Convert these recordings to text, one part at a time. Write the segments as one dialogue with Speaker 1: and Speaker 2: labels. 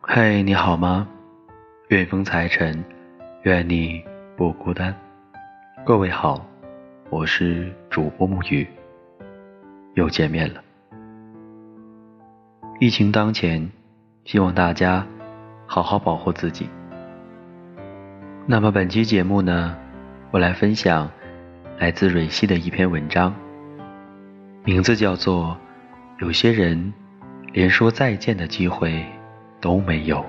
Speaker 1: 嘿，你好吗？愿风财神，愿你不孤单。各位好，我是主播木鱼，又见面了。疫情当前，希望大家好好保护自己。那么本期节目呢，我来分享来自蕊希的一篇文章，名字叫做《有些人连说再见的机会都没有》。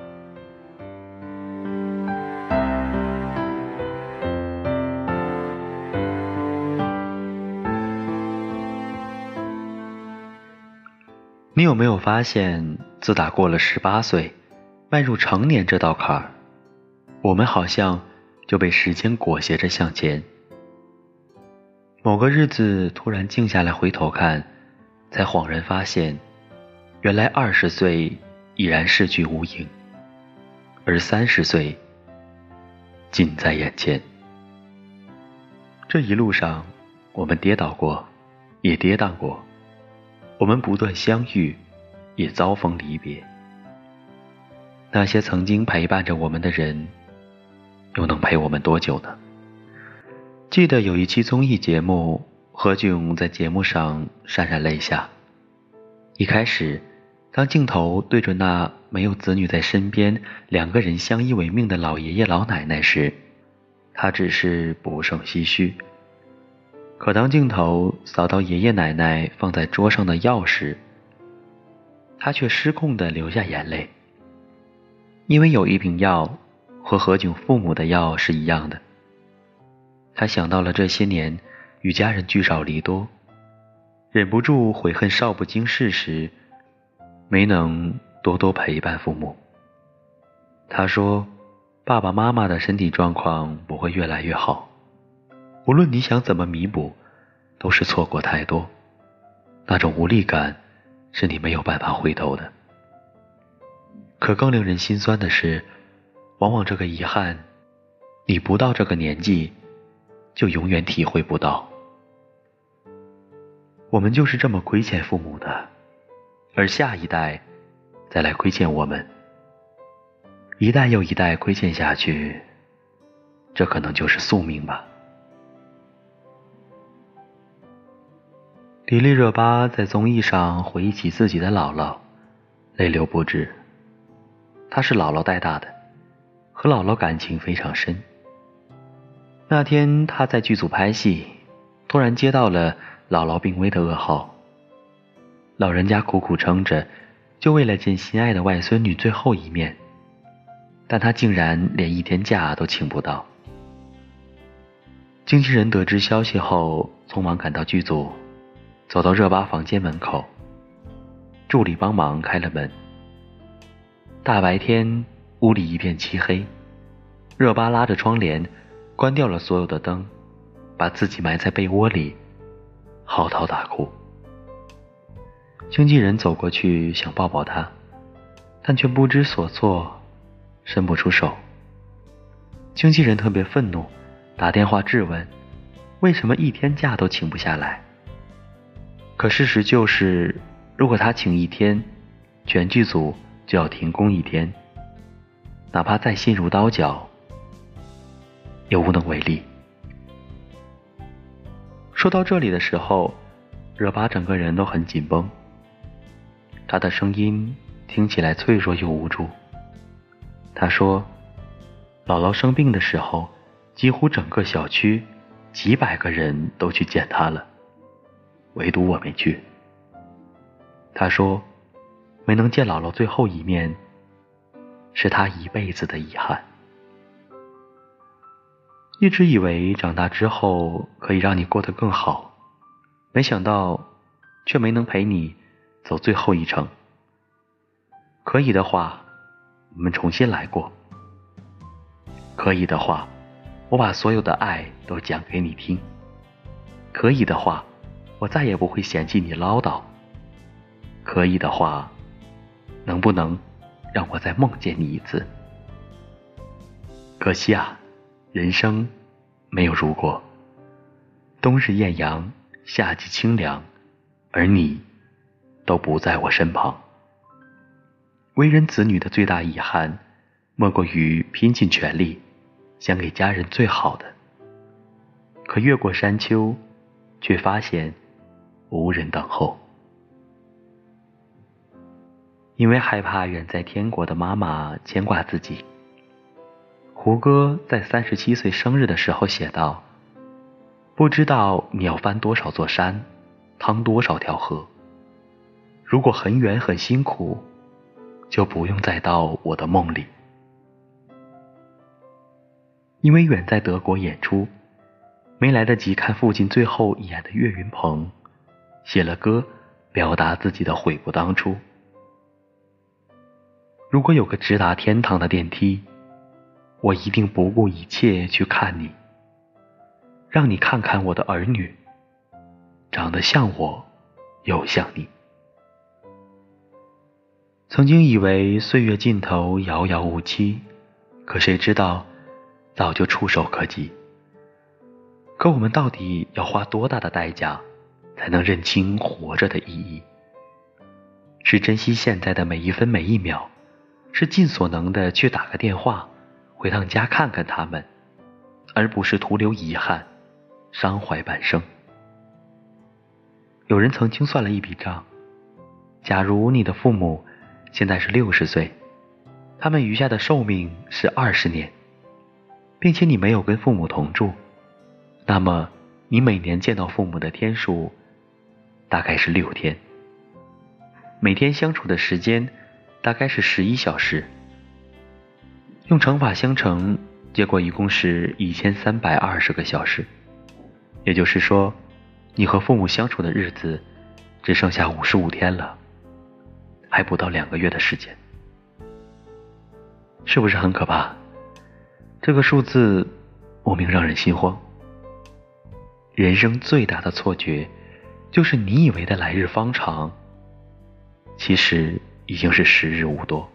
Speaker 1: 你有没有发现，自打过了18岁，迈入成年这道坎儿，我们好像就被时间裹挟着向前。某个日子突然静下来回头看，才恍然发现，原来20岁已然逝去无影，而30岁近在眼前。这一路上，我们跌倒过，也跌宕过，我们不断相遇，也遭逢离别。那些曾经陪伴着我们的人，又能陪我们多久呢？记得有一期综艺节目，何炅在节目上潸然泪下。一开始，当镜头对准那没有子女在身边，两个人相依为命的老爷爷老奶奶时，他只是不胜唏嘘。可当镜头扫到爷爷奶奶放在桌上的药时，他却失控地流下眼泪。因为有一瓶药和何炅父母的药是一样的。他想到了这些年与家人聚少离多，忍不住悔恨少不经事时没能多多陪伴父母。他说，爸爸妈妈的身体状况不会越来越好，无论你想怎么弥补，都是错过太多，那种无力感是你没有办法回头的。可更令人心酸的是，往往这个遗憾，你不到这个年纪就永远体会不到。我们就是这么亏欠父母的，而下一代再来亏欠我们，一代又一代亏欠下去，这可能就是宿命吧。迪丽热巴在综艺上回忆起自己的姥姥，泪流不止。她是姥姥带大的，和姥姥感情非常深。那天她在剧组拍戏，突然接到了姥姥病危的噩耗。老人家苦苦撑着，就为了见心爱的外孙女最后一面，但她竟然连1天假都请不到。经纪人得知消息后，匆忙赶到剧组，走到热巴房间门口，助理帮忙开了门。大白天，屋里一片漆黑，热巴拉着窗帘，关掉了所有的灯，把自己埋在被窝里，嚎啕大哭。经纪人走过去想抱抱她，但却不知所措，伸不出手。经纪人特别愤怒，打电话质问，为什么1天假都请不下来？可事实就是，如果他请1天，全剧组就要停工1天，哪怕再心如刀绞，也无能为力。说到这里的时候，热巴整个人都很紧绷，她的声音听起来脆弱又无助。她说，姥姥生病的时候，几乎整个小区几百个人都去见她了，唯独我没去。她说，没能见姥姥最后一面，是她一辈子的遗憾。一直以为长大之后可以让你过得更好，没想到却没能陪你走最后一程。可以的话，我们重新来过。可以的话，我把所有的爱都讲给你听。可以的话，我再也不会嫌弃你唠叨。可以的话，能不能让我再梦见你一次？可惜啊，人生没有如果。冬日艳阳，夏季清凉，而你都不在我身旁。 为人子女的最大遗憾，莫过于拼尽全力，想给家人最好的。可越过山丘，却发现无人等候。因为害怕远在天国的妈妈牵挂自己，胡歌在37岁生日的时候写道：不知道你要翻多少座山，趟多少条河，如果很远很辛苦，就不用再到我的梦里。因为远在德国演出，没来得及看父亲最后一眼的岳云鹏，写了歌表达自己的悔不当初。如果有个直达天堂的电梯，我一定不顾一切去看你，让你看看我的儿女，长得像我又像你。曾经以为岁月尽头遥遥无期，可谁知道早就触手可及。可我们到底要花多大的代价才能认清活着的意义？是珍惜现在的每一分每一秒，是尽所能的去打个电话回趟家看看他们，而不是徒留遗憾，伤怀半生。有人曾经算了一笔账，假如你的父母现在是60岁，他们余下的寿命是20年，并且你没有跟父母同住，那么你每年见到父母的天数大概是6天，每天相处的时间大概是11小时，用乘法相乘，结果一共是1320个小时。也就是说，你和父母相处的日子只剩下55天了，还不到2个月的时间。是不是很可怕？这个数字莫名让人心慌。人生最大的错觉，就是你以为的来日方长，其实已经是时日无多。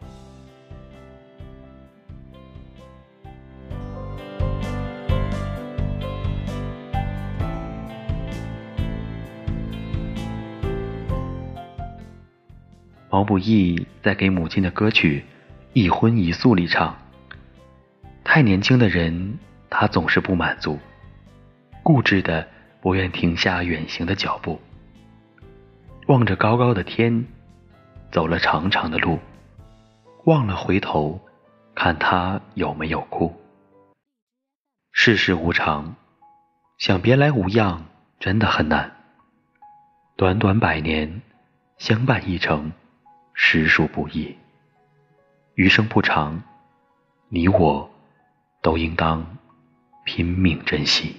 Speaker 1: 毛不易在给母亲的歌曲《一荤一素》里唱：太年轻的人，他总是不满足，固执的不愿停下远行的脚步，望着高高的天，走了长长的路，忘了回头看他有没有哭。世事无常，想别来无恙真的很难，短短100年，相伴一程，实属不易。余生不长，你我都应当拼命珍惜。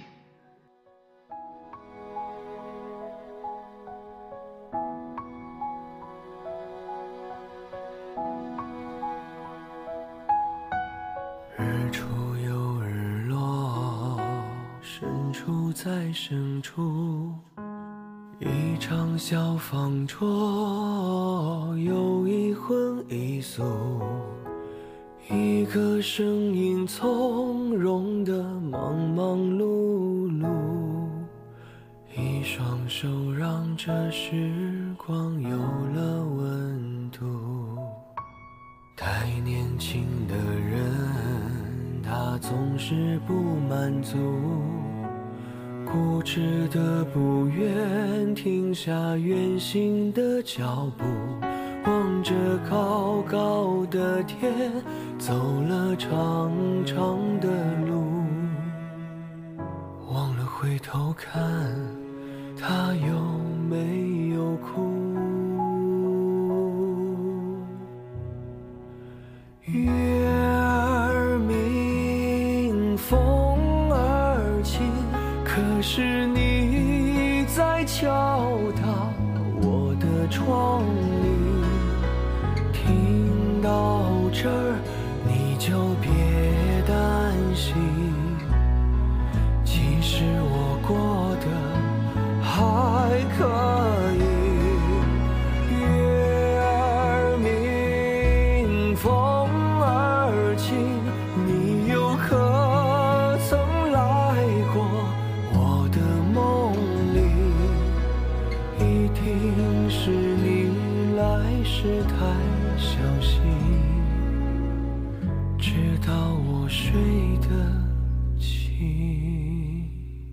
Speaker 2: 日出有日落，深处在深处，一场小方桌，有一荤一素，一个身影从容的忙忙碌碌，一双手让这时光有了温度。太年轻的人，他总是不满足，固执的不愿停下远行的脚步，望着高高的天，走了长长的路，忘了回头看他有没有哭。月儿明，风儿轻，可是你在敲打我的窗棂。听到这儿，你就别担心，其实我过得还可以。月儿明，风儿轻，你又可曾来过我的梦里？一定是你来时太小心。 到我睡得起。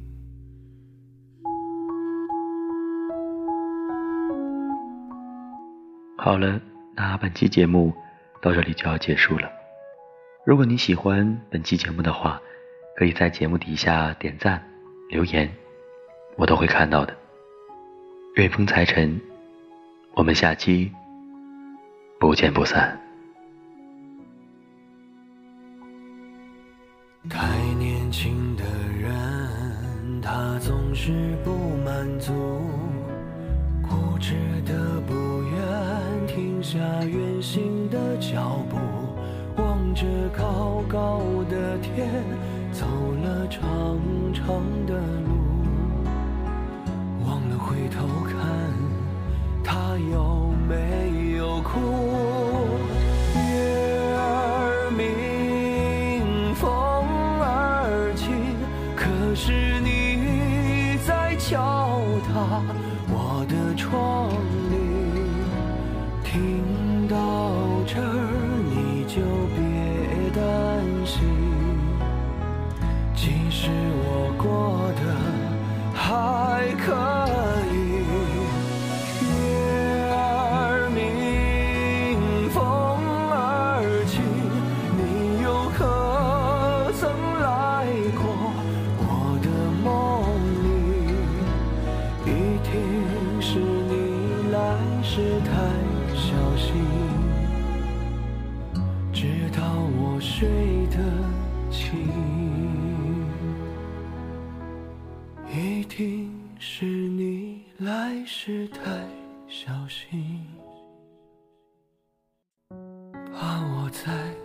Speaker 1: 好了，那本期节目到这里就要结束了。如果你喜欢本期节目的话，可以在节目底下点赞留言，我都会看到的。愿风财神，我们下期不见不散。
Speaker 2: 太年轻的人，他总是不满足，固执的不愿停下远行的脚步，望着高高的天，走了长长的路，忘了回头看他有没有哭。月儿明，风儿轻，可是你在敲打我的窗棂。听到这儿你就别担心，其实我过得还可以。月儿明，风儿轻，你又可曾来过我的梦里？一定是你来时太小心，直到我睡得起。一定是你来时太小心，把我在